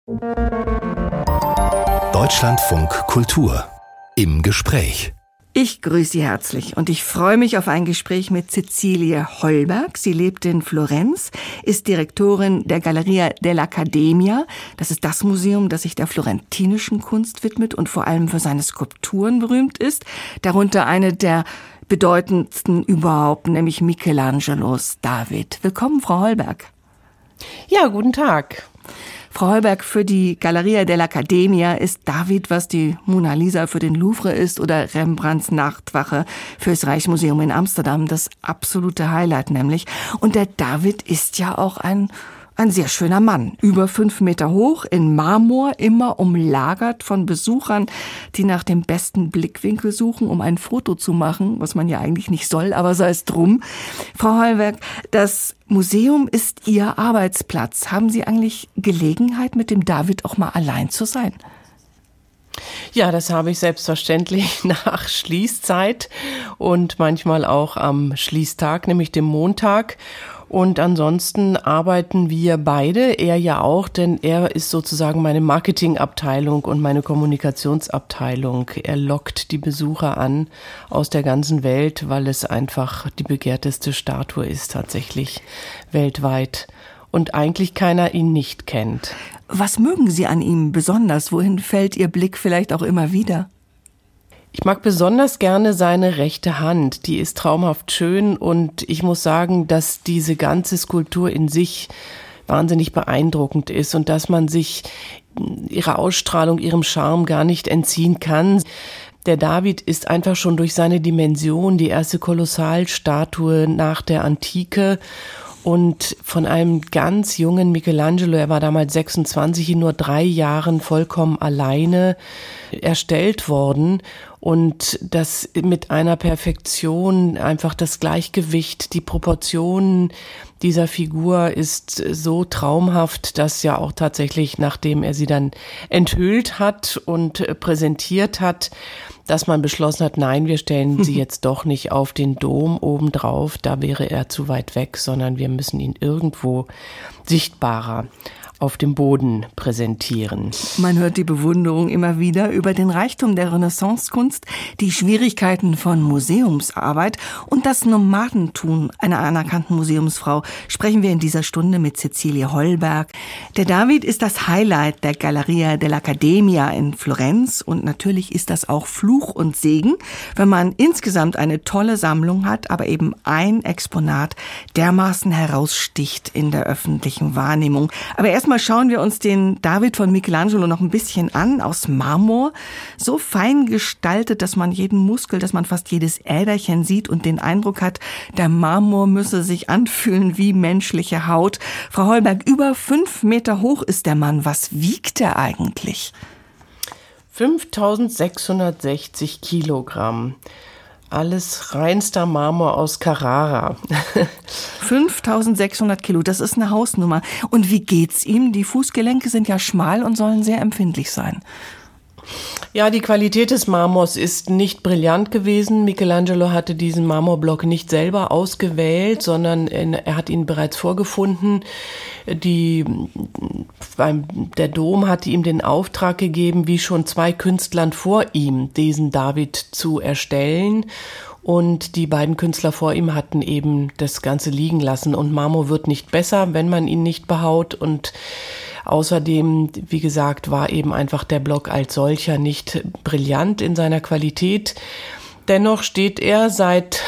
Deutschlandfunk Kultur im Gespräch. Ich grüße Sie herzlich und ich freue mich auf ein Gespräch mit Cecilie Holberg. Sie lebt in Florenz, ist Direktorin der Galleria dell'Accademia. Das ist das Museum, das sich der florentinischen Kunst widmet und vor allem für seine Skulpturen berühmt ist. Darunter eine der bedeutendsten überhaupt, nämlich Michelangelos David. Willkommen, Frau Holberg. Ja, guten Tag. Frau Holberg, für die Galleria dell'Accademia ist David, was die Mona Lisa für den Louvre ist oder Rembrandts Nachtwache fürs Rijksmuseum in Amsterdam das absolute Highlight nämlich. Und der David ist ja auch ein sehr schöner Mann, über 5 Meter hoch, in Marmor, immer umlagert von Besuchern, die nach dem besten Blickwinkel suchen, um ein Foto zu machen, was man ja eigentlich nicht soll, aber sei es drum. Frau Holberg, das Museum ist Ihr Arbeitsplatz. Haben Sie eigentlich Gelegenheit, mit dem David auch mal allein zu sein? Ja, das habe ich selbstverständlich nach Schließzeit und manchmal auch am Schließtag, nämlich dem Montag. Und ansonsten arbeiten wir beide, er ja auch, denn er ist sozusagen meine Marketingabteilung und meine Kommunikationsabteilung. Er lockt die Besucher an aus der ganzen Welt, weil es einfach die begehrteste Statue ist tatsächlich weltweit und eigentlich keiner ihn nicht kennt. Was mögen Sie an ihm besonders? Wohin fällt Ihr Blick vielleicht auch immer wieder? Ich mag besonders gerne seine rechte Hand, die ist traumhaft schön und ich muss sagen, dass diese ganze Skulptur in sich wahnsinnig beeindruckend ist und dass man sich ihrer Ausstrahlung, ihrem Charme gar nicht entziehen kann. Der David ist einfach schon durch seine Dimension die erste Kolossalstatue nach der Antike und von einem ganz jungen Michelangelo, er war damals 26, in nur 3 Jahren vollkommen alleine erstellt worden und das mit einer Perfektion, einfach das Gleichgewicht, die Proportionen dieser Figur ist so traumhaft, dass ja auch tatsächlich, nachdem er sie dann enthüllt hat und präsentiert hat, dass man beschlossen hat, nein, wir stellen sie jetzt doch nicht auf den Dom obendrauf, da wäre er zu weit weg, sondern wir müssen ihn irgendwo sichtbarer auf dem Boden präsentieren. Man hört die Bewunderung immer wieder über den Reichtum der Renaissancekunst, die Schwierigkeiten von Museumsarbeit und das Nomadentum einer anerkannten Museumsfrau. Sprechen wir in dieser Stunde mit Cecilie Holberg. Der David ist das Highlight der Galleria dell'Accademia in Florenz und natürlich ist das auch Fluch und Segen, wenn man insgesamt eine tolle Sammlung hat, aber eben ein Exponat dermaßen heraussticht in der öffentlichen Wahrnehmung. Aber erstmal schauen wir uns den David von Michelangelo noch ein bisschen an, aus Marmor. So fein gestaltet, dass man jeden Muskel, dass man fast jedes Äderchen sieht und den Eindruck hat, der Marmor müsse sich anfühlen wie menschliche Haut. Frau Holberg, über 5 Meter hoch ist der Mann. Was wiegt er eigentlich? 5.660 Kilogramm. Alles reinster Marmor aus Carrara. 5.600 Kilo, das ist eine Hausnummer. Und wie geht's ihm? Die Fußgelenke sind ja schmal und sollen sehr empfindlich sein. Ja, die Qualität des Marmors ist nicht brillant gewesen. Michelangelo hatte diesen Marmorblock nicht selber ausgewählt, sondern er hat ihn bereits vorgefunden. Der Dom hatte ihm den Auftrag gegeben, wie schon 2 Künstlern vor ihm, diesen David zu erstellen. Und die beiden Künstler vor ihm hatten eben das Ganze liegen lassen. Und Marmor wird nicht besser, wenn man ihn nicht behaut. Und außerdem, wie gesagt, war eben einfach der Block als solcher nicht brillant in seiner Qualität. Dennoch steht er seit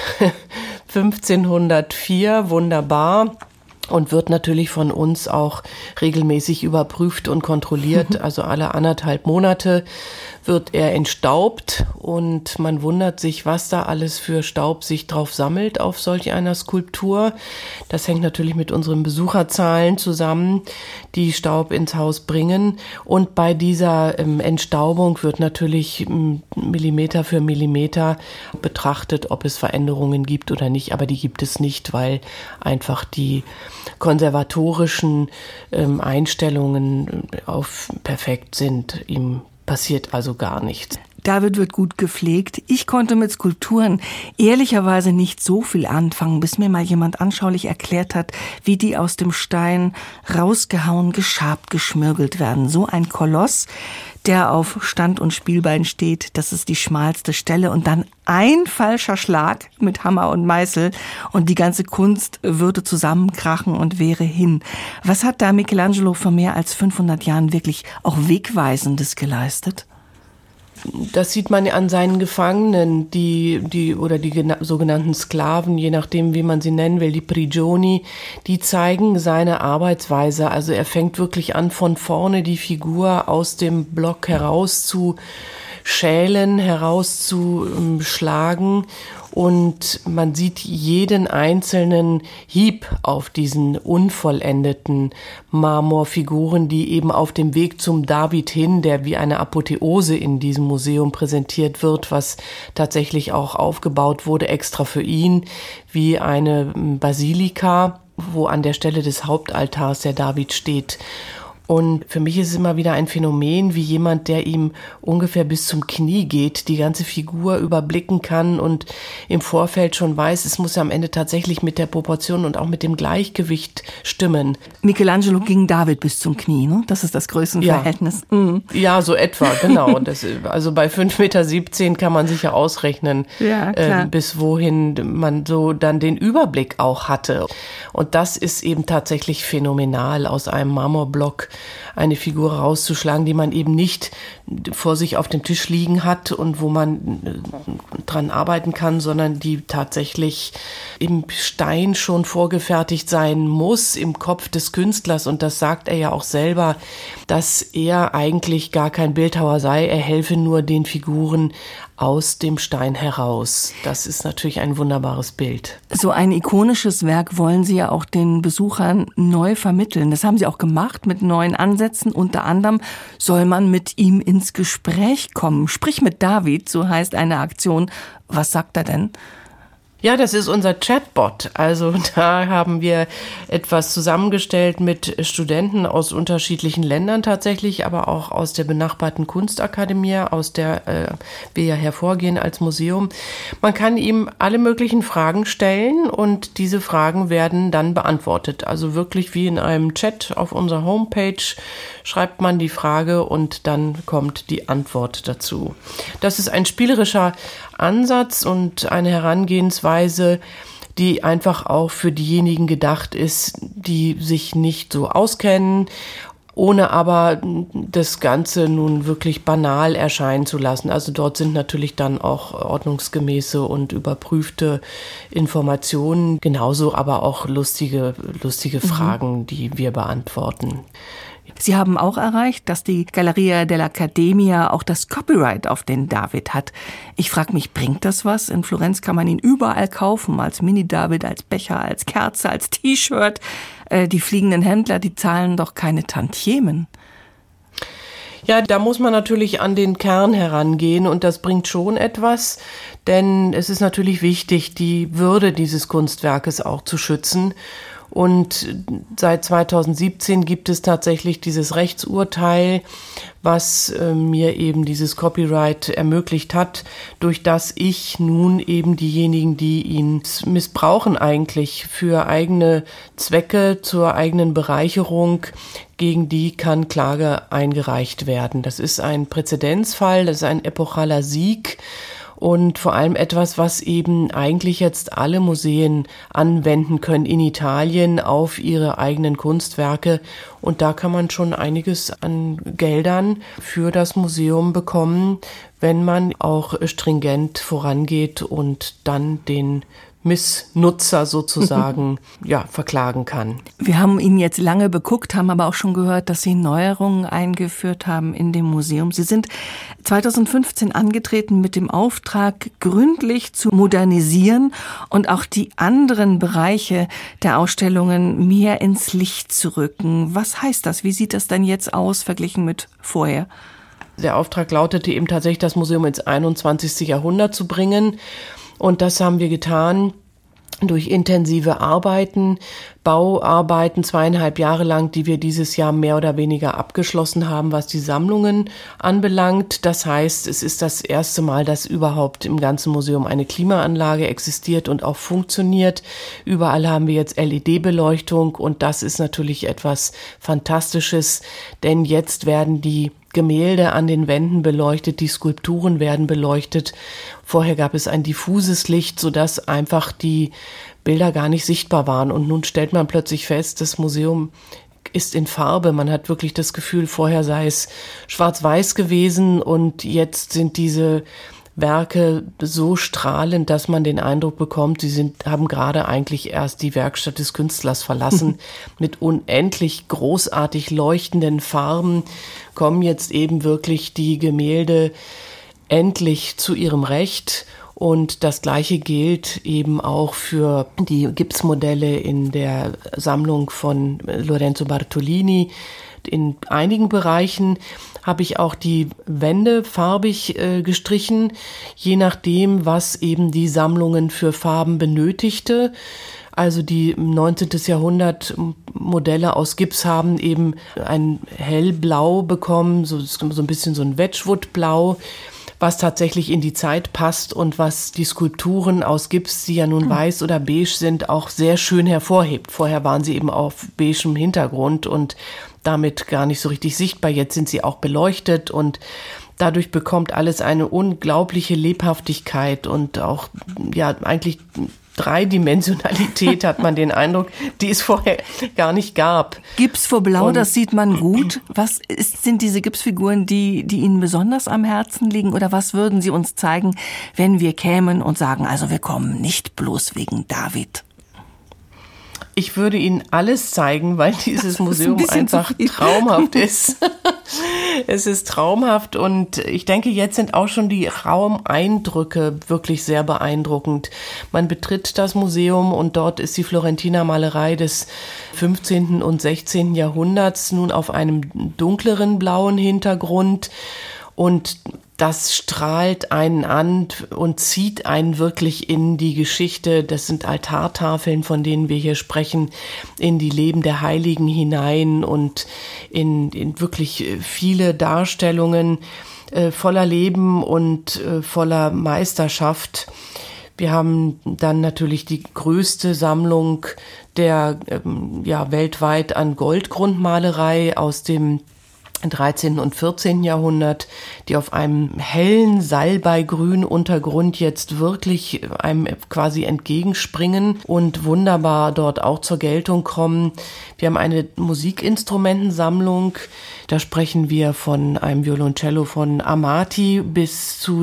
1504 wunderbar und wird natürlich von uns auch regelmäßig überprüft und kontrolliert. Also alle 1,5 Monate wird er entstaubt und man wundert sich, was da alles für Staub sich drauf sammelt auf solch einer Skulptur. Das hängt natürlich mit unseren Besucherzahlen zusammen, die Staub ins Haus bringen. Und bei dieser Entstaubung wird natürlich Millimeter für Millimeter betrachtet, ob es Veränderungen gibt oder nicht. Aber die gibt es nicht, weil einfach die konservatorischen Einstellungen auf perfekt sind. Ihm passiert also gar nichts. David wird gut gepflegt. Ich konnte mit Skulpturen ehrlicherweise nicht so viel anfangen, bis mir mal jemand anschaulich erklärt hat, wie die aus dem Stein rausgehauen, geschabt, geschmirgelt werden. So ein Koloss, der auf Stand- und Spielbein steht, das ist die schmalste Stelle und dann ein falscher Schlag mit Hammer und Meißel und die ganze Kunst würde zusammenkrachen und wäre hin. Was hat da Michelangelo vor mehr als 500 Jahren wirklich auch Wegweisendes geleistet? Das sieht man an seinen Gefangenen, die sogenannten Sklaven, je nachdem, wie man sie nennen will, die Prigioni, die zeigen seine Arbeitsweise. Also er fängt wirklich an, von vorne die Figur aus dem Block herauszuschälen, herauszuschlagen. Und man sieht jeden einzelnen Hieb auf diesen unvollendeten Marmorfiguren, die eben auf dem Weg zum David hin, der wie eine Apotheose in diesem Museum präsentiert wird, was tatsächlich auch aufgebaut wurde, extra für ihn, wie eine Basilika, wo an der Stelle des Hauptaltars der David steht. Und für mich ist es immer wieder ein Phänomen, wie jemand, der ihm ungefähr bis zum Knie geht, die ganze Figur überblicken kann und im Vorfeld schon weiß, es muss ja am Ende tatsächlich mit der Proportion und auch mit dem Gleichgewicht stimmen. Michelangelo ging David bis zum Knie, ne? Das ist das Größenverhältnis. Ja, ja, so etwa, genau. Also bei 5,17 Meter kann man sich ja ausrechnen, bis wohin man so dann den Überblick auch hatte. Und das ist eben tatsächlich phänomenal, aus einem Marmorblock eine Figur rauszuschlagen, die man eben nicht vor sich auf dem Tisch liegen hat und wo man dran arbeiten kann, sondern die tatsächlich im Stein schon vorgefertigt sein muss, im Kopf des Künstlers. Und das sagt er ja auch selber, dass er eigentlich gar kein Bildhauer sei, er helfe nur den Figuren aus dem Stein heraus. Das ist natürlich ein wunderbares Bild. So ein ikonisches Werk wollen Sie ja auch den Besuchern neu vermitteln. Das haben Sie auch gemacht mit neuen Ansätzen. Unter anderem soll man mit ihm ins Gespräch kommen. Sprich mit David, so heißt eine Aktion. Was sagt er denn? Ja, das ist unser Chatbot. Also da haben wir etwas zusammengestellt mit Studenten aus unterschiedlichen Ländern tatsächlich, aber auch aus der benachbarten Kunstakademie, aus der wir ja hervorgehen als Museum. Man kann ihm alle möglichen Fragen stellen und diese Fragen werden dann beantwortet. Also wirklich wie in einem Chat auf unserer Homepage schreibt man die Frage und dann kommt die Antwort dazu. Das ist ein spielerischer Ansatz und eine Herangehensweise, die einfach auch für diejenigen gedacht ist, die sich nicht so auskennen, ohne aber das Ganze nun wirklich banal erscheinen zu lassen. Also dort sind natürlich dann auch ordnungsgemäße und überprüfte Informationen, genauso aber auch lustige Fragen, die wir beantworten. Sie haben auch erreicht, dass die Galleria dell'Accademia auch das Copyright auf den David hat. Ich frage mich, bringt das was? In Florenz kann man ihn überall kaufen, als Mini-David, als Becher, als Kerze, als T-Shirt. Die fliegenden Händler, die zahlen doch keine Tantiemen. Ja, da muss man natürlich an den Kern herangehen und das bringt schon etwas, denn es ist natürlich wichtig, die Würde dieses Kunstwerkes auch zu schützen. Und seit 2017 gibt es tatsächlich dieses Rechtsurteil, was mir eben dieses Copyright ermöglicht hat, durch das ich nun eben diejenigen, die ihn missbrauchen eigentlich für eigene Zwecke, zur eigenen Bereicherung, gegen die kann Klage eingereicht werden. Das ist ein Präzedenzfall, das ist ein epochaler Sieg. Und vor allem etwas, was eben eigentlich jetzt alle Museen anwenden können in Italien auf ihre eigenen Kunstwerke. Und da kann man schon einiges an Geldern für das Museum bekommen, wenn man auch stringent vorangeht und dann den Missnutzer sozusagen verklagen kann. Wir haben ihn jetzt lange beguckt, haben aber auch schon gehört, dass Sie Neuerungen eingeführt haben in dem Museum. Sie sind 2015 angetreten mit dem Auftrag, gründlich zu modernisieren und auch die anderen Bereiche der Ausstellungen mehr ins Licht zu rücken. Was heißt das? Wie sieht das denn jetzt aus, verglichen mit vorher? Der Auftrag lautete eben tatsächlich, das Museum ins 21. Jahrhundert zu bringen. Und das haben wir getan, durch intensive Arbeiten, Bauarbeiten 2,5 Jahre lang, die wir dieses Jahr mehr oder weniger abgeschlossen haben, was die Sammlungen anbelangt. Das heißt, es ist das erste Mal, dass überhaupt im ganzen Museum eine Klimaanlage existiert und auch funktioniert. Überall haben wir jetzt LED-Beleuchtung und das ist natürlich etwas Fantastisches, denn jetzt werden die Gemälde an den Wänden beleuchtet, die Skulpturen werden beleuchtet. Vorher gab es ein diffuses Licht, sodass einfach die Bilder gar nicht sichtbar waren. Und nun stellt man plötzlich fest, das Museum ist in Farbe. Man hat wirklich das Gefühl, vorher sei es schwarz-weiß gewesen und jetzt sind diese Werke so strahlend, dass man den Eindruck bekommt, haben gerade eigentlich erst die Werkstatt des Künstlers verlassen. Mit unendlich großartig leuchtenden Farben kommen jetzt eben wirklich die Gemälde endlich zu ihrem Recht. Und das Gleiche gilt eben auch für die Gipsmodelle in der Sammlung von Lorenzo Bartolini. In einigen Bereichen habe ich auch die Wände farbig gestrichen, je nachdem, was eben die Sammlungen für Farben benötigte. Also die 19. Jahrhundert Modelle aus Gips haben eben ein hellblau bekommen, so ein bisschen so ein Wedgwood-Blau, was tatsächlich in die Zeit passt und was die Skulpturen aus Gips, die ja nun weiß oder beige sind, auch sehr schön hervorhebt. Vorher waren sie eben auf beigem Hintergrund und damit gar nicht so richtig sichtbar. Jetzt sind sie auch beleuchtet und dadurch bekommt alles eine unglaubliche Lebhaftigkeit und auch, ja, eigentlich Dreidimensionalität, hat man den Eindruck, die es vorher gar nicht gab. Gips vor Blau, das sieht man gut. Sind diese Gipsfiguren, die Ihnen besonders am Herzen liegen? Oder was würden Sie uns zeigen, wenn wir kämen und sagen, also wir kommen nicht bloß wegen David? Ich würde Ihnen alles zeigen, weil dieses Museum einfach traumhaft ist. Es ist traumhaft und ich denke, jetzt sind auch schon die Raumeindrücke wirklich sehr beeindruckend. Man betritt das Museum und dort ist die Florentiner-Malerei des 15. und 16. Jahrhunderts nun auf einem dunkleren blauen Hintergrund und das strahlt einen an und zieht einen wirklich in die Geschichte. Das sind Altartafeln, von denen wir hier sprechen, in die Leben der Heiligen hinein und in wirklich viele Darstellungen voller Leben und voller Meisterschaft. Wir haben dann natürlich die größte Sammlung der weltweit an Goldgrundmalerei aus dem 13. und 14. Jahrhundert, die auf einem hellen Salbeigrün Untergrund jetzt wirklich einem quasi entgegenspringen und wunderbar dort auch zur Geltung kommen. Wir haben eine Musikinstrumentensammlung, da sprechen wir von einem Violoncello von Amati bis zu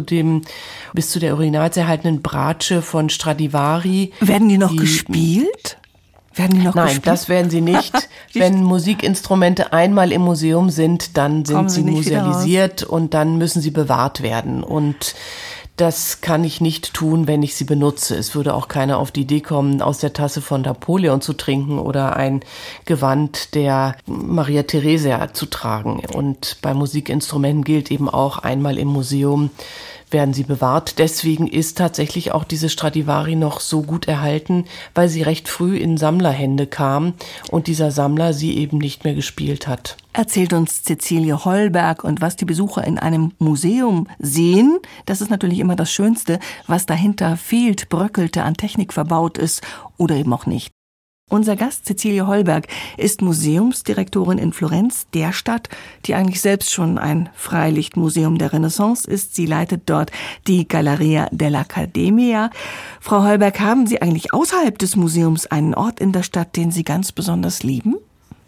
der originals erhaltenen Bratsche von Stradivari. Werden die noch gespielt? Nein, das werden sie nicht. Wenn Musikinstrumente einmal im Museum sind, dann sind sie musealisiert und dann müssen sie bewahrt werden. Und das kann ich nicht tun, wenn ich sie benutze. Es würde auch keiner auf die Idee kommen, aus der Tasse von Napoleon zu trinken oder ein Gewand der Maria Theresia zu tragen. Und bei Musikinstrumenten gilt eben auch, einmal im Museum werden sie bewahrt. Deswegen ist tatsächlich auch diese Stradivari noch so gut erhalten, weil sie recht früh in Sammlerhände kam und dieser Sammler sie eben nicht mehr gespielt hat. Erzählt uns Cäcilie Hollberg, und was die Besucher in einem Museum sehen, das ist natürlich immer das Schönste, was dahinter fehlt, bröckelte, an Technik verbaut ist oder eben auch nicht. Unser Gast Cäcilie Hollberg ist Museumsdirektorin in Florenz, der Stadt, die eigentlich selbst schon ein Freilichtmuseum der Renaissance ist. Sie leitet dort die Galleria dell'Accademia. Frau Hollberg, haben Sie eigentlich außerhalb des Museums einen Ort in der Stadt, den Sie ganz besonders lieben?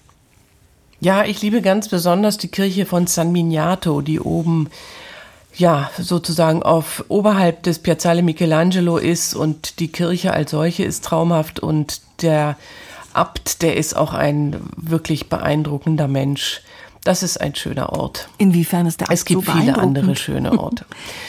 Ja, ich liebe ganz besonders die Kirche von San Miniato, die oben sozusagen oberhalb des Piazzale Michelangelo ist, und die Kirche als solche ist traumhaft und der Abt, der ist auch ein wirklich beeindruckender Mensch. Das ist ein schöner Ort. Inwiefern ist der Abt so beeindruckend? Es gibt viele andere schöne Orte.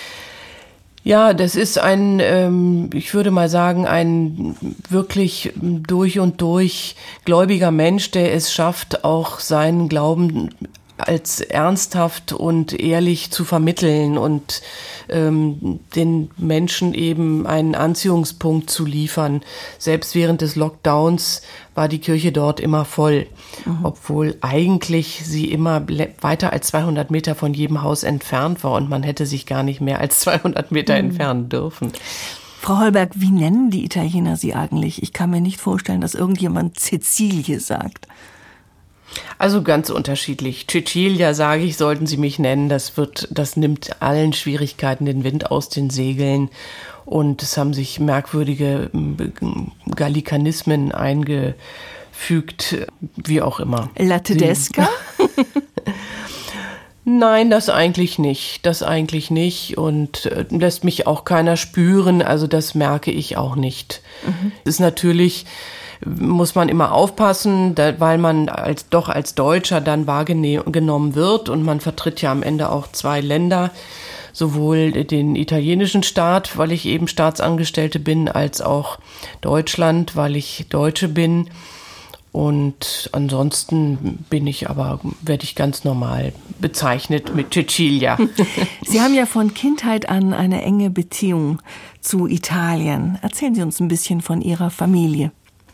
Ja, das ist ich würde mal sagen, ein wirklich durch und durch gläubiger Mensch, der es schafft, auch seinen Glauben als ernsthaft und ehrlich zu vermitteln und den Menschen eben einen Anziehungspunkt zu liefern. Selbst während des Lockdowns war die Kirche dort immer voll, obwohl eigentlich sie immer weiter als 200 Meter von jedem Haus entfernt war und man hätte sich gar nicht mehr als 200 Meter entfernen dürfen. Frau Holberg, wie nennen die Italiener Sie eigentlich? Ich kann mir nicht vorstellen, dass irgendjemand Cecilie sagt. Also ganz unterschiedlich. Cecilia, sage ich, sollten Sie mich nennen. Das nimmt allen Schwierigkeiten den Wind aus den Segeln. Und es haben sich merkwürdige Gallikanismen eingefügt, wie auch immer. La Tedesca? Nein, das eigentlich nicht. Und lässt mich auch keiner spüren. Also das merke ich auch nicht. Das ist natürlich, muss man immer aufpassen, weil man als Deutscher dann wahrgenommen wird und man vertritt ja am Ende auch zwei Länder, sowohl den italienischen Staat, weil ich eben Staatsangestellte bin, als auch Deutschland, weil ich Deutsche bin. Und ansonsten werde ich ganz normal bezeichnet mit Cecilia. Sie haben ja von Kindheit an eine enge Beziehung zu Italien. Erzählen Sie uns ein bisschen von Ihrer Familie.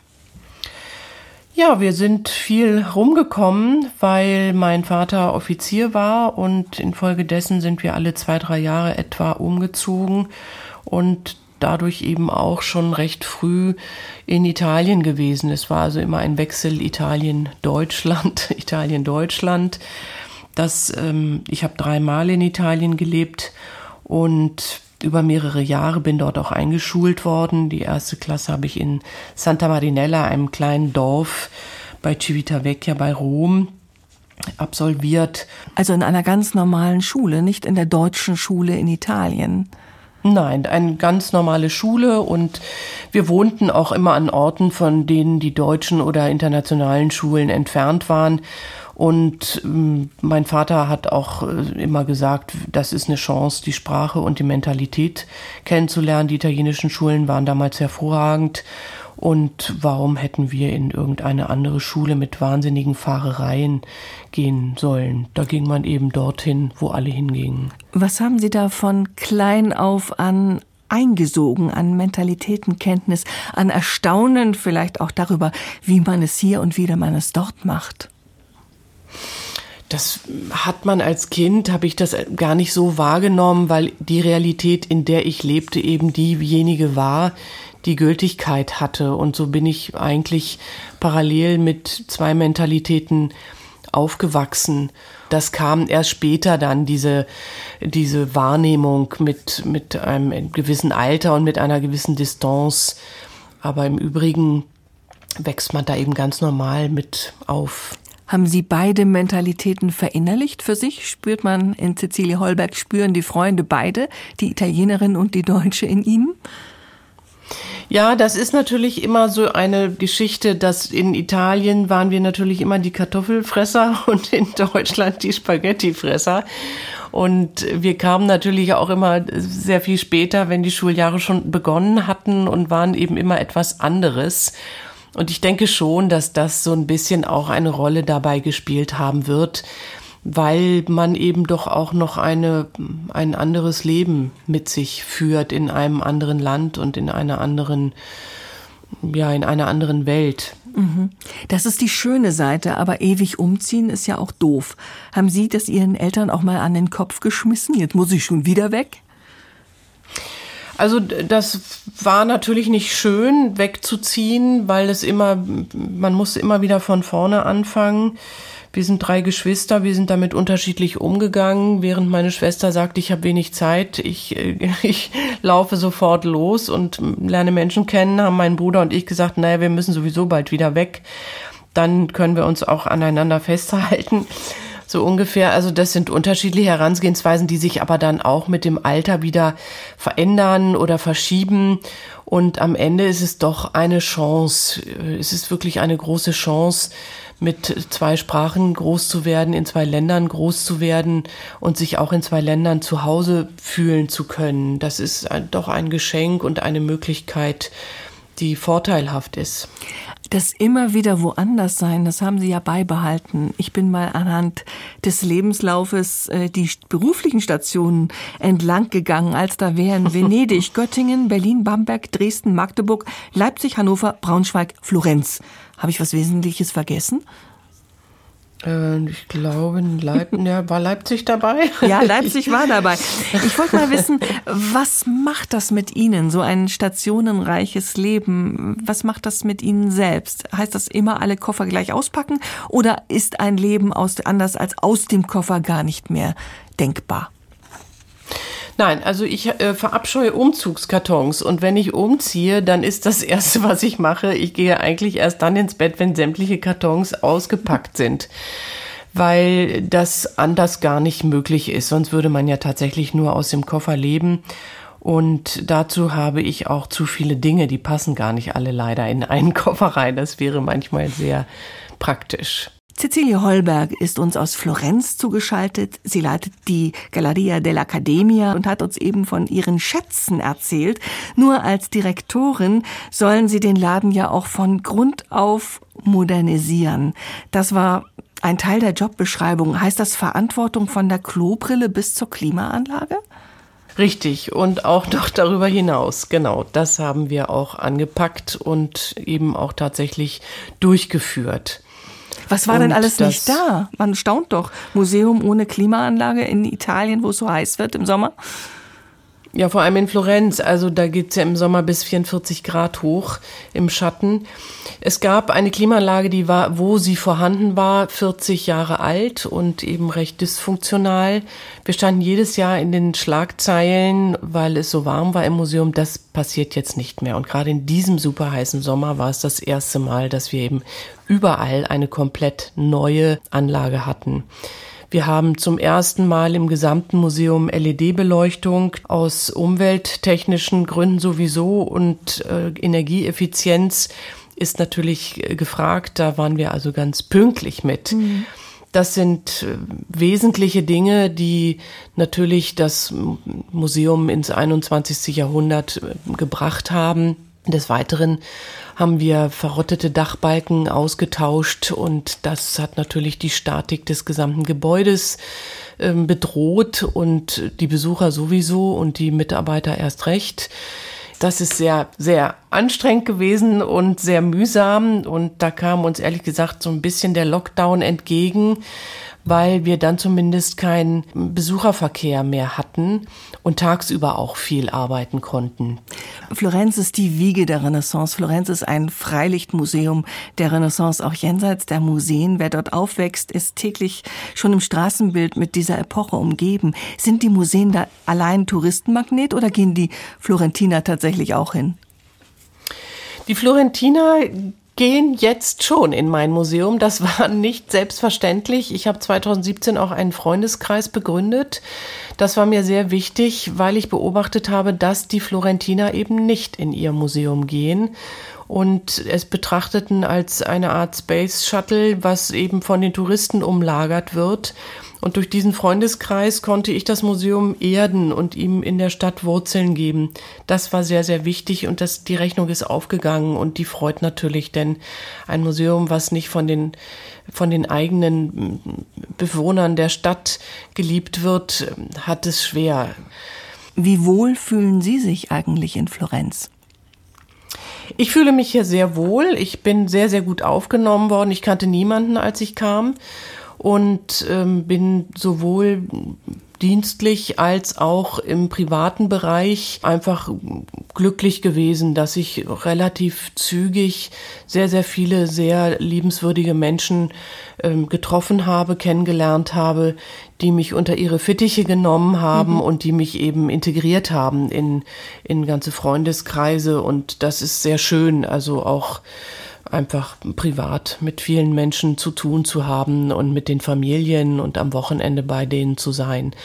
Ja, wir sind viel rumgekommen, weil mein Vater Offizier war und infolgedessen sind wir alle 2-3 Jahre etwa umgezogen und dadurch eben auch schon recht früh in Italien gewesen. Es war also immer ein Wechsel Italien-Deutschland, Italien-Deutschland. Ich habe 3 Mal in Italien gelebt und über mehrere Jahre bin dort auch eingeschult worden. Die erste Klasse habe ich in Santa Marinella, einem kleinen Dorf bei Civitavecchia bei Rom, absolviert. Also in einer ganz normalen Schule, nicht in der deutschen Schule in Italien. Nein, eine ganz normale Schule und wir wohnten auch immer an Orten, von denen die deutschen oder internationalen Schulen entfernt waren. Und mein Vater hat auch immer gesagt, das ist eine Chance, die Sprache und die Mentalität kennenzulernen. Die italienischen Schulen waren damals hervorragend. Und warum hätten wir in irgendeine andere Schule mit wahnsinnigen Fahrereien gehen sollen? Da ging man eben dorthin, wo alle hingingen. Was haben Sie da von klein auf an eingesogen, an Mentalitätenkenntnis, an Erstaunen vielleicht auch darüber, wie man es hier und wie man es dort macht? Das hat man als Kind, habe ich das gar nicht so wahrgenommen, weil die Realität, in der ich lebte, eben diejenige war, die Gültigkeit hatte. Und so bin ich eigentlich parallel mit 2 Mentalitäten aufgewachsen. Das kam erst später dann, diese Wahrnehmung mit einem gewissen Alter und mit einer gewissen Distanz. Aber im Übrigen wächst man da eben ganz normal mit auf. Haben Sie beide Mentalitäten verinnerlicht für sich? Spürt man in Cecilie Holberg, spüren die Freunde beide, die Italienerin und die Deutsche in Ihnen? Ja, das ist natürlich immer so eine Geschichte, dass in Italien waren wir natürlich immer die Kartoffelfresser und in Deutschland die Spaghettifresser. Und wir kamen natürlich auch immer sehr viel später, wenn die Schuljahre schon begonnen hatten und waren eben immer etwas anderes. Und ich denke schon, dass das so ein bisschen auch eine Rolle dabei gespielt haben wird, weil man eben doch auch noch ein anderes Leben mit sich führt in einem anderen Land und in einer anderen Welt. Das ist die schöne Seite, aber ewig umziehen ist ja auch doof. Haben Sie das Ihren Eltern auch mal an den Kopf geschmissen? Jetzt muss ich schon wieder weg? Also das war natürlich nicht schön, wegzuziehen, weil man musste immer wieder von vorne anfangen. Wir sind 3 Geschwister, wir sind damit unterschiedlich umgegangen. Während meine Schwester sagte, ich habe wenig Zeit, ich laufe sofort los und lerne Menschen kennen, haben mein Bruder und ich gesagt, naja, wir müssen sowieso bald wieder weg. Dann können wir uns auch aneinander festhalten. So ungefähr, also das sind unterschiedliche Herangehensweisen, die sich aber dann auch mit dem Alter wieder verändern oder verschieben. Und am Ende ist es doch eine Chance. Es ist wirklich eine große Chance, mit 2 Sprachen groß zu werden, in 2 Ländern groß zu werden und sich auch in 2 Ländern zu Hause fühlen zu können. Das ist doch ein Geschenk und eine Möglichkeit, die vorteilhaft ist. Das immer wieder woanders sein, das haben Sie ja beibehalten. Ich bin mal anhand des Lebenslaufes die beruflichen Stationen entlang gegangen, als da wären Venedig, Göttingen, Berlin, Bamberg, Dresden, Magdeburg, Leipzig, Hannover, Braunschweig, Florenz. Habe ich was Wesentliches vergessen? Ich glaube, war Leipzig dabei? Ja, Leipzig war dabei. Ich wollte mal wissen, was macht das mit Ihnen, so ein stationenreiches Leben? Was macht das mit Ihnen selbst? Heißt das immer alle Koffer gleich auspacken? Oder ist ein Leben anders als aus dem Koffer gar nicht mehr denkbar? Nein, also ich verabscheue Umzugskartons und wenn ich umziehe, dann ist das Erste, was ich mache, ich gehe eigentlich erst dann ins Bett, wenn sämtliche Kartons ausgepackt sind, weil das anders gar nicht möglich ist, sonst würde man ja tatsächlich nur aus dem Koffer leben und dazu habe ich auch zu viele Dinge, die passen gar nicht alle leider in einen Koffer rein, das wäre manchmal sehr praktisch. Cecilie Hollberg ist uns aus Florenz zugeschaltet. Sie leitet die Galleria dell'Accademia und hat uns eben von ihren Schätzen erzählt. Nur als Direktorin sollen Sie den Laden ja auch von Grund auf modernisieren. Das war ein Teil der Jobbeschreibung. Heißt das Verantwortung von der Klobrille bis zur Klimaanlage? Richtig, und auch noch darüber hinaus. Genau, das haben wir auch angepackt und eben auch tatsächlich durchgeführt. Was war denn alles nicht da? Man staunt doch. Museum ohne Klimaanlage in Italien, wo es so heiß wird im Sommer? Ja, vor allem in Florenz. Also da geht's ja im Sommer bis 44 Grad hoch im Schatten. Es gab eine Klimaanlage, die war, wo sie vorhanden war, 40 Jahre alt und eben recht dysfunktional. Wir standen jedes Jahr in den Schlagzeilen, weil es so warm war im Museum. Das passiert jetzt nicht mehr. Und gerade in diesem super heißen Sommer war es das erste Mal, dass wir eben überall eine komplett neue Anlage hatten. Wir haben zum ersten Mal im gesamten Museum LED-Beleuchtung aus umwelttechnischen Gründen sowieso und Energieeffizienz ist natürlich gefragt. Da waren wir also ganz pünktlich mit. Mhm. Das sind wesentliche Dinge, die natürlich das Museum ins 21. Jahrhundert gebracht haben. Des Weiteren haben wir verrottete Dachbalken ausgetauscht und das hat natürlich die Statik des gesamten Gebäudes bedroht und die Besucher sowieso und die Mitarbeiter erst recht. Das ist sehr, sehr anstrengend gewesen und sehr mühsam und da kam uns ehrlich gesagt so ein bisschen der Lockdown entgegen, weil wir dann zumindest keinen Besucherverkehr mehr hatten und tagsüber auch viel arbeiten konnten. Florenz ist die Wiege der Renaissance. Florenz ist ein Freilichtmuseum der Renaissance, auch jenseits der Museen. Wer dort aufwächst, ist täglich schon im Straßenbild mit dieser Epoche umgeben. Sind die Museen da allein Touristenmagnet oder gehen die Florentiner tatsächlich auch hin? Die Florentiner gehen jetzt schon in mein Museum. Das war nicht selbstverständlich. Ich habe 2017 auch einen Freundeskreis begründet. Das war mir sehr wichtig, weil ich beobachtet habe, dass die Florentiner eben nicht in ihr Museum gehen und es betrachteten als eine Art Space Shuttle, was eben von den Touristen umlagert wird. Und durch diesen Freundeskreis konnte ich das Museum erden und ihm in der Stadt Wurzeln geben. Das war sehr, sehr wichtig und die Rechnung ist aufgegangen und die freut natürlich, denn ein Museum, was nicht von den eigenen Bewohnern der Stadt geliebt wird, hat es schwer. Wie wohl fühlen Sie sich eigentlich in Florenz? Ich fühle mich hier sehr wohl. Ich bin sehr, sehr gut aufgenommen worden. Ich kannte niemanden, als ich kam. Und bin sowohl dienstlich als auch im privaten Bereich einfach glücklich gewesen, dass ich relativ zügig sehr, sehr viele sehr liebenswürdige Menschen getroffen habe, kennengelernt habe, die mich unter ihre Fittiche genommen haben und die mich eben integriert haben in ganze Freundeskreise. Und das ist sehr schön, also auch einfach privat mit vielen Menschen zu tun zu haben und mit den Familien und am Wochenende bei denen zu sein.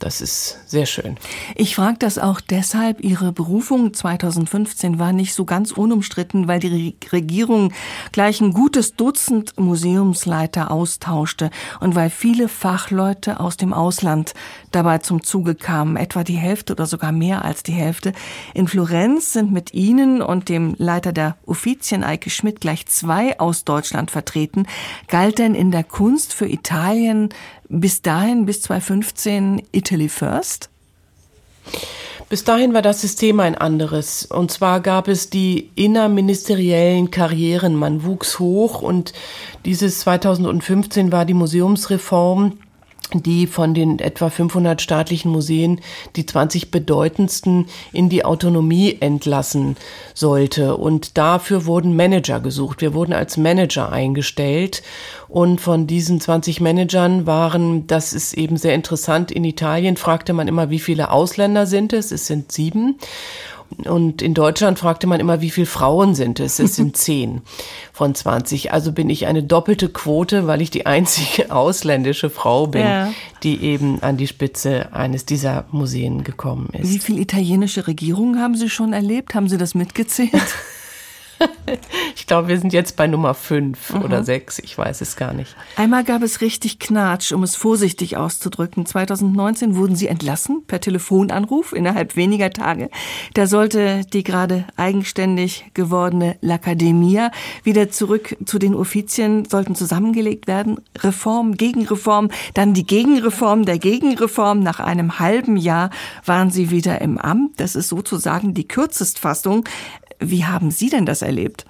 Das ist sehr schön. Ich frage das auch deshalb. Ihre Berufung 2015 war nicht so ganz unumstritten, weil die Regierung gleich ein gutes Dutzend Museumsleiter austauschte und weil viele Fachleute aus dem Ausland dabei zum Zuge kamen, etwa die Hälfte oder sogar mehr als die Hälfte. In Florenz sind mit Ihnen und dem Leiter der Uffizien, Eike Schmidt, gleich 2 aus Deutschland vertreten. Galt denn in der Kunst für Italien bis dahin, bis 2015, Italy First? Bis dahin war das System ein anderes. Und zwar gab es die innerministeriellen Karrieren. Man wuchs hoch und dieses 2015 war die Museumsreform, die von den etwa 500 staatlichen Museen die 20 bedeutendsten in die Autonomie entlassen sollte. Und dafür wurden Manager gesucht. Wir wurden als Manager eingestellt. Und von diesen 20 Managern waren, das ist eben sehr interessant, in Italien fragte man immer, wie viele Ausländer sind es? Es sind 7. Und in Deutschland fragte man immer, wie viele Frauen sind es? Es sind 10 von 20. Also bin ich eine doppelte Quote, weil ich die einzige ausländische Frau bin, die eben an die Spitze eines dieser Museen gekommen ist. Wie viele italienische Regierungen haben Sie schon erlebt? Haben Sie das mitgezählt? Ich glaube, wir sind jetzt bei Nummer 5 oder 6, ich weiß es gar nicht. Einmal gab es richtig Knatsch, um es vorsichtig auszudrücken. 2019 wurden Sie entlassen per Telefonanruf innerhalb weniger Tage. Da sollte die gerade eigenständig gewordene L'Accademia wieder zurück zu den Uffizien, sollten zusammengelegt werden. Reform, Gegenreform, dann die Gegenreform der Gegenreform. Nach einem halben Jahr waren Sie wieder im Amt. Das ist sozusagen die Kürzestfassung. Wie haben Sie denn das erlebt?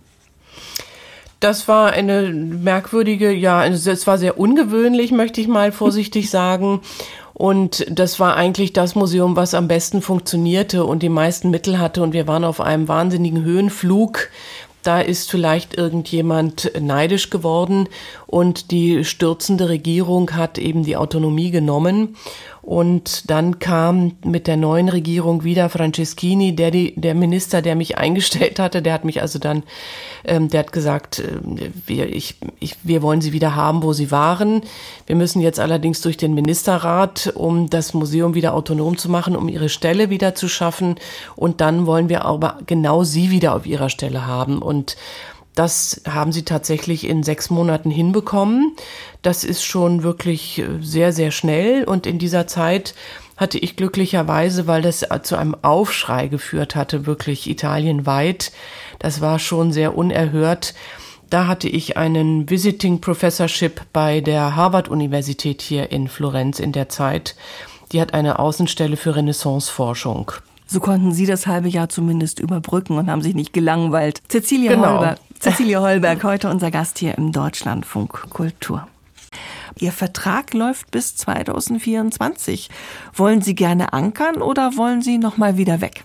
Das war eine merkwürdige, es war sehr ungewöhnlich, möchte ich mal vorsichtig sagen. Und das war eigentlich das Museum, was am besten funktionierte und die meisten Mittel hatte. Und wir waren auf einem wahnsinnigen Höhenflug. Da ist vielleicht irgendjemand neidisch geworden und die stürzende Regierung hat eben die Autonomie genommen. Und dann kam mit der neuen Regierung wieder Franceschini, der Minister, der mich eingestellt hatte, der hat mich also dann, der hat gesagt, wir wollen sie wieder haben, wo sie waren. Wir müssen jetzt allerdings durch den Ministerrat, um das Museum wieder autonom zu machen, um ihre Stelle wieder zu schaffen. Und dann wollen wir aber genau sie wieder auf ihrer Stelle haben. Und das haben sie tatsächlich in 6 Monaten hinbekommen. Das ist schon wirklich sehr, sehr schnell. Und in dieser Zeit hatte ich glücklicherweise, weil das zu einem Aufschrei geführt hatte, wirklich italienweit. Das war schon sehr unerhört. Da hatte ich einen Visiting Professorship bei der Harvard-Universität hier in Florenz in der Zeit. Die hat eine Außenstelle für Renaissance-Forschung. So konnten Sie das halbe Jahr zumindest überbrücken und haben sich nicht gelangweilt. Cäcilie Holberg, heute unser Gast hier im Deutschlandfunk Kultur. Ihr Vertrag läuft bis 2024. Wollen Sie gerne ankern oder wollen Sie noch mal wieder weg?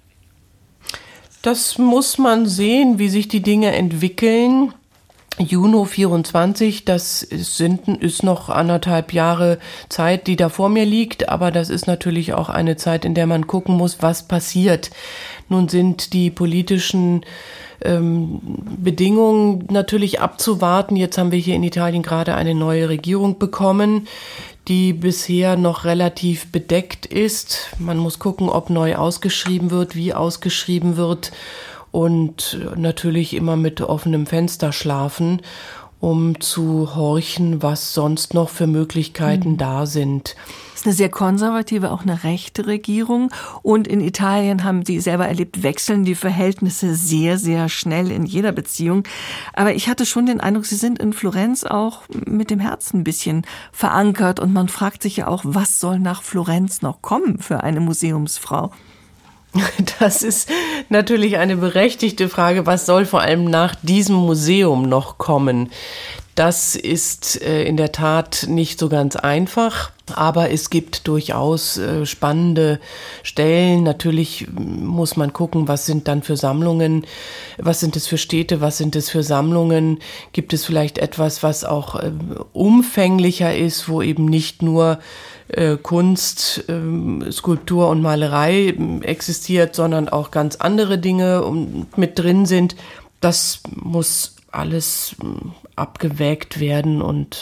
Das muss man sehen, wie sich die Dinge entwickeln. Juni 24, das ist noch 1,5 Jahre Zeit, die da vor mir liegt, aber das ist natürlich auch eine Zeit, in der man gucken muss, was passiert. Nun sind die politischen Bedingungen natürlich abzuwarten. Jetzt haben wir hier in Italien gerade eine neue Regierung bekommen, die bisher noch relativ bedeckt ist. Man muss gucken, ob neu ausgeschrieben wird, wie ausgeschrieben wird. Und natürlich immer mit offenem Fenster schlafen, um zu horchen, was sonst noch für Möglichkeiten da sind. Es ist eine sehr konservative, auch eine rechte Regierung. Und in Italien, haben Sie selber erlebt, wechseln die Verhältnisse sehr, sehr schnell in jeder Beziehung. Aber ich hatte schon den Eindruck, Sie sind in Florenz auch mit dem Herzen ein bisschen verankert. Und man fragt sich ja auch, was soll nach Florenz noch kommen für eine Museumsfrau? Das ist natürlich eine berechtigte Frage. Was soll vor allem nach diesem Museum noch kommen? Das ist in der Tat nicht so ganz einfach, aber es gibt durchaus spannende Stellen. Natürlich muss man gucken, was sind dann für Sammlungen, was sind es für Städte, was sind es für Sammlungen? Gibt es vielleicht etwas, was auch umfänglicher ist, wo eben nicht nur Kunst, Skulptur und Malerei existiert, sondern auch ganz andere Dinge mit drin sind. Das muss alles abgewägt werden und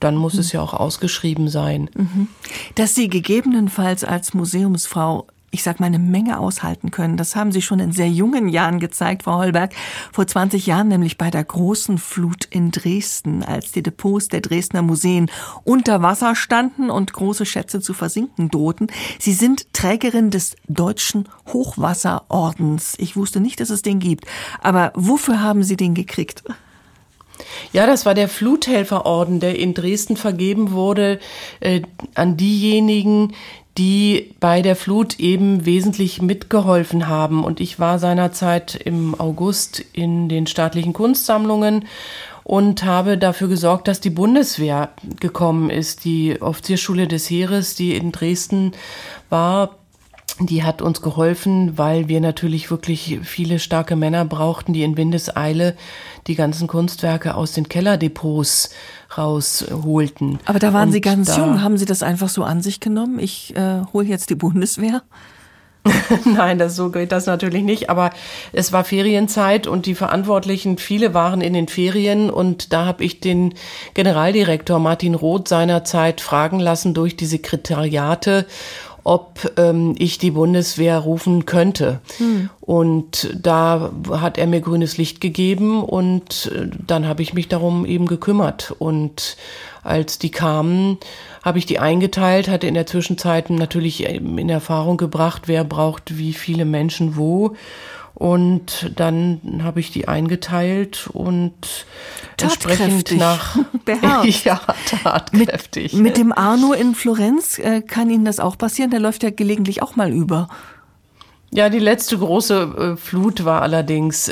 dann muss es ja auch ausgeschrieben sein. Dass Sie gegebenenfalls als Museumsfrau, ich sag mal, eine Menge aushalten können. Das haben Sie schon in sehr jungen Jahren gezeigt, Frau Hollberg. Vor 20 Jahren nämlich bei der großen Flut in Dresden, als die Depots der Dresdner Museen unter Wasser standen und große Schätze zu versinken drohten. Sie sind Trägerin des Deutschen Hochwasserordens. Ich wusste nicht, dass es den gibt. Aber wofür haben Sie den gekriegt? Ja, das war der Fluthelferorden, der in Dresden vergeben wurde an diejenigen, die bei der Flut eben wesentlich mitgeholfen haben. Und ich war seinerzeit im August in den staatlichen Kunstsammlungen und habe dafür gesorgt, dass die Bundeswehr gekommen ist. Die Offiziersschule des Heeres, die in Dresden war, die hat uns geholfen, weil wir natürlich wirklich viele starke Männer brauchten, die in Windeseile die ganzen Kunstwerke aus den Kellerdepots rausholten. Aber da waren Sie ganz jung. Haben Sie das einfach so an sich genommen? Ich hole jetzt die Bundeswehr? Nein, so geht das natürlich nicht. Aber es war Ferienzeit und die Verantwortlichen, viele waren in den Ferien. Und da habe ich den Generaldirektor Martin Roth seinerzeit fragen lassen durch die Sekretariate, ob ich die Bundeswehr rufen könnte. Und da hat er mir grünes Licht gegeben und dann habe ich mich darum eben gekümmert. Und als die kamen, habe ich die eingeteilt, hatte in der Zwischenzeit natürlich in Erfahrung gebracht, wer braucht wie viele Menschen wo. Und dann habe ich die eingeteilt und entsprechend nach beherrscht. Ja, tatkräftig. Mit dem Arno in Florenz kann Ihnen das auch passieren? Der läuft ja gelegentlich auch mal über. Ja, die letzte große Flut war allerdings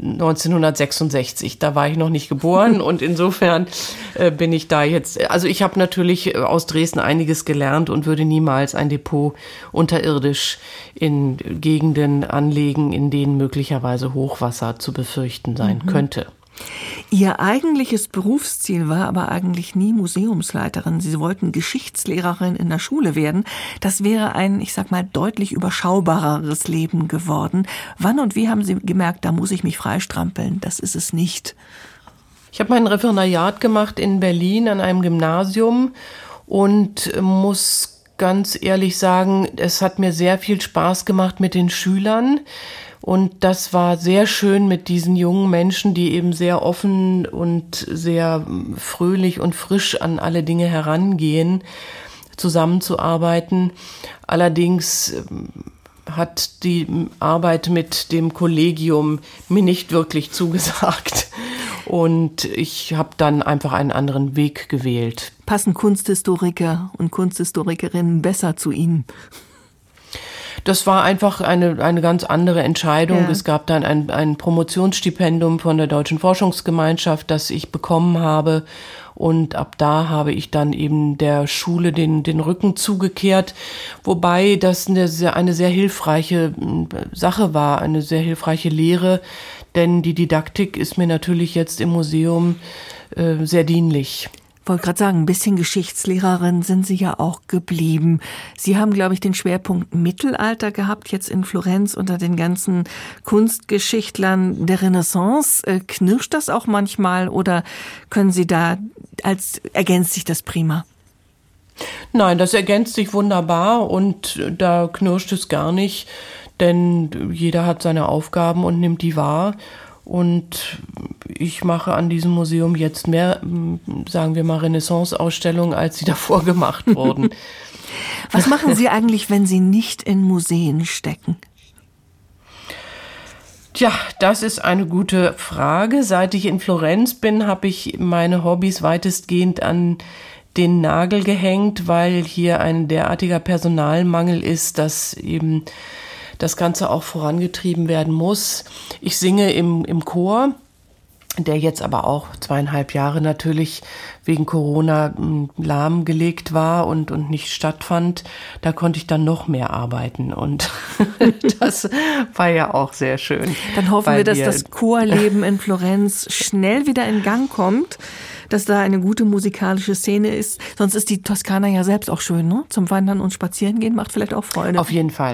1966. Da war ich noch nicht geboren und insofern bin ich da jetzt. Also ich habe natürlich aus Dresden einiges gelernt und würde niemals ein Depot unterirdisch in Gegenden anlegen, in denen möglicherweise Hochwasser zu befürchten sein könnte. Ihr eigentliches Berufsziel war aber eigentlich nie Museumsleiterin. Sie wollten Geschichtslehrerin in der Schule werden. Das wäre ein, ich sag mal, deutlich überschaubareres Leben geworden. Wann und wie haben Sie gemerkt, da muss ich mich freistrampeln? Das ist es nicht. Ich habe mein Referendariat gemacht in Berlin an einem Gymnasium und muss ganz ehrlich sagen, es hat mir sehr viel Spaß gemacht mit den Schülern. Und das war sehr schön mit diesen jungen Menschen, die eben sehr offen und sehr fröhlich und frisch an alle Dinge herangehen, zusammenzuarbeiten. Allerdings hat die Arbeit mit dem Kollegium mir nicht wirklich zugesagt. Und ich habe dann einfach einen anderen Weg gewählt. Passen Kunsthistoriker und Kunsthistorikerinnen besser zu Ihnen? Das war einfach eine ganz andere Entscheidung. Ja. Es gab dann ein Promotionsstipendium von der Deutschen Forschungsgemeinschaft, das ich bekommen habe. Und ab da habe ich dann eben der Schule den Rücken zugekehrt. Wobei das eine sehr hilfreiche Sache war, eine sehr hilfreiche Lehre. Denn die Didaktik ist mir natürlich jetzt im Museum sehr dienlich. Ich wollte gerade sagen, ein bisschen Geschichtslehrerin sind Sie ja auch geblieben. Sie haben, glaube ich, den Schwerpunkt Mittelalter gehabt, jetzt in Florenz unter den ganzen Kunstgeschichtlern der Renaissance. Knirscht das auch manchmal oder können Sie ergänzt sich das prima? Nein, das ergänzt sich wunderbar und da knirscht es gar nicht, denn jeder hat seine Aufgaben und nimmt die wahr. Und ich mache an diesem Museum jetzt mehr, sagen wir mal, Renaissance-Ausstellungen, als sie davor gemacht wurden. Was machen Sie eigentlich, wenn Sie nicht in Museen stecken? Tja, das ist eine gute Frage. Seit ich in Florenz bin, habe ich meine Hobbys weitestgehend an den Nagel gehängt, weil hier ein derartiger Personalmangel ist, dass eben das Ganze auch vorangetrieben werden muss. Ich singe im Chor, der jetzt aber auch 2,5 Jahre natürlich wegen Corona lahmgelegt war und nicht stattfand. Da konnte ich dann noch mehr arbeiten und das war ja auch sehr schön. Dann hoffen wir, dass das Chorleben in Florenz schnell wieder in Gang kommt, dass da eine gute musikalische Szene ist. Sonst ist die Toskana ja selbst auch schön, ne? Zum Wandern und Spazierengehen macht vielleicht auch Freude. Auf jeden Fall.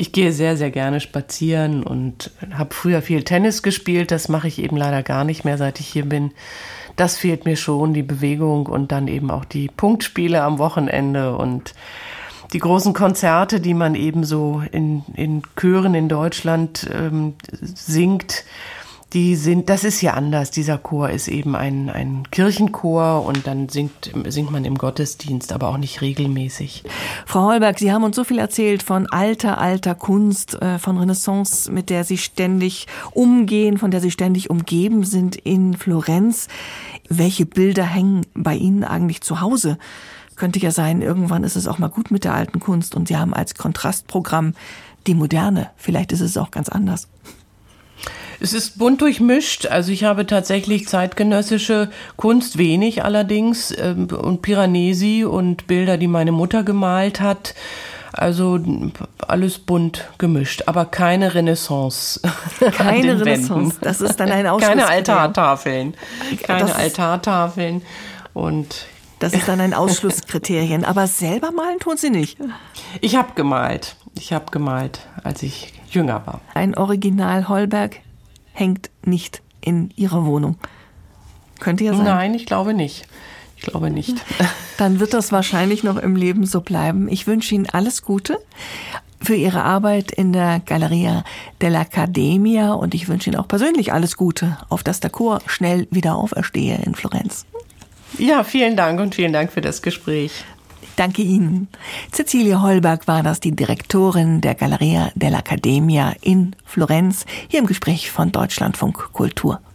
Ich gehe sehr, sehr gerne spazieren und habe früher viel Tennis gespielt. Das mache ich eben leider gar nicht mehr, seit ich hier bin. Das fehlt mir schon, die Bewegung und dann eben auch die Punktspiele am Wochenende und die großen Konzerte, die man eben so in Chören in Deutschland singt. Das ist ja anders. Dieser Chor ist eben ein Kirchenchor und dann singt man im Gottesdienst, aber auch nicht regelmäßig. Frau Holberg, Sie haben uns so viel erzählt von alter Kunst, von Renaissance, mit der Sie ständig umgehen, von der Sie ständig umgeben sind in Florenz. Welche Bilder hängen bei Ihnen eigentlich zu Hause? Könnte ja sein, irgendwann ist es auch mal gut mit der alten Kunst und Sie haben als Kontrastprogramm die Moderne. Vielleicht ist es auch ganz anders. Es ist bunt durchmischt. Also ich habe tatsächlich zeitgenössische Kunst, wenig allerdings, und Piranesi und Bilder, die meine Mutter gemalt hat. Also alles bunt gemischt, aber keine Renaissance. Keine Renaissance, das ist dann ein Ausschlusskriterium. Keine Altartafeln. Und das ist dann ein Ausschlusskriterium. Aber selber malen tun Sie nicht. Ich habe gemalt, als ich jünger war. Ein Original Holberg hängt nicht in Ihrer Wohnung. Könnte ja sein. Nein, ich glaube nicht. Dann wird das wahrscheinlich noch im Leben so bleiben. Ich wünsche Ihnen alles Gute für Ihre Arbeit in der Galleria dell'Accademia und ich wünsche Ihnen auch persönlich alles Gute, auf dass der Chor schnell wieder auferstehe in Florenz. Ja, vielen Dank und vielen Dank für das Gespräch. Danke Ihnen. Cäcilie Holberg war das, die Direktorin der Galleria dell'Accademia in Florenz, hier im Gespräch von Deutschlandfunk Kultur.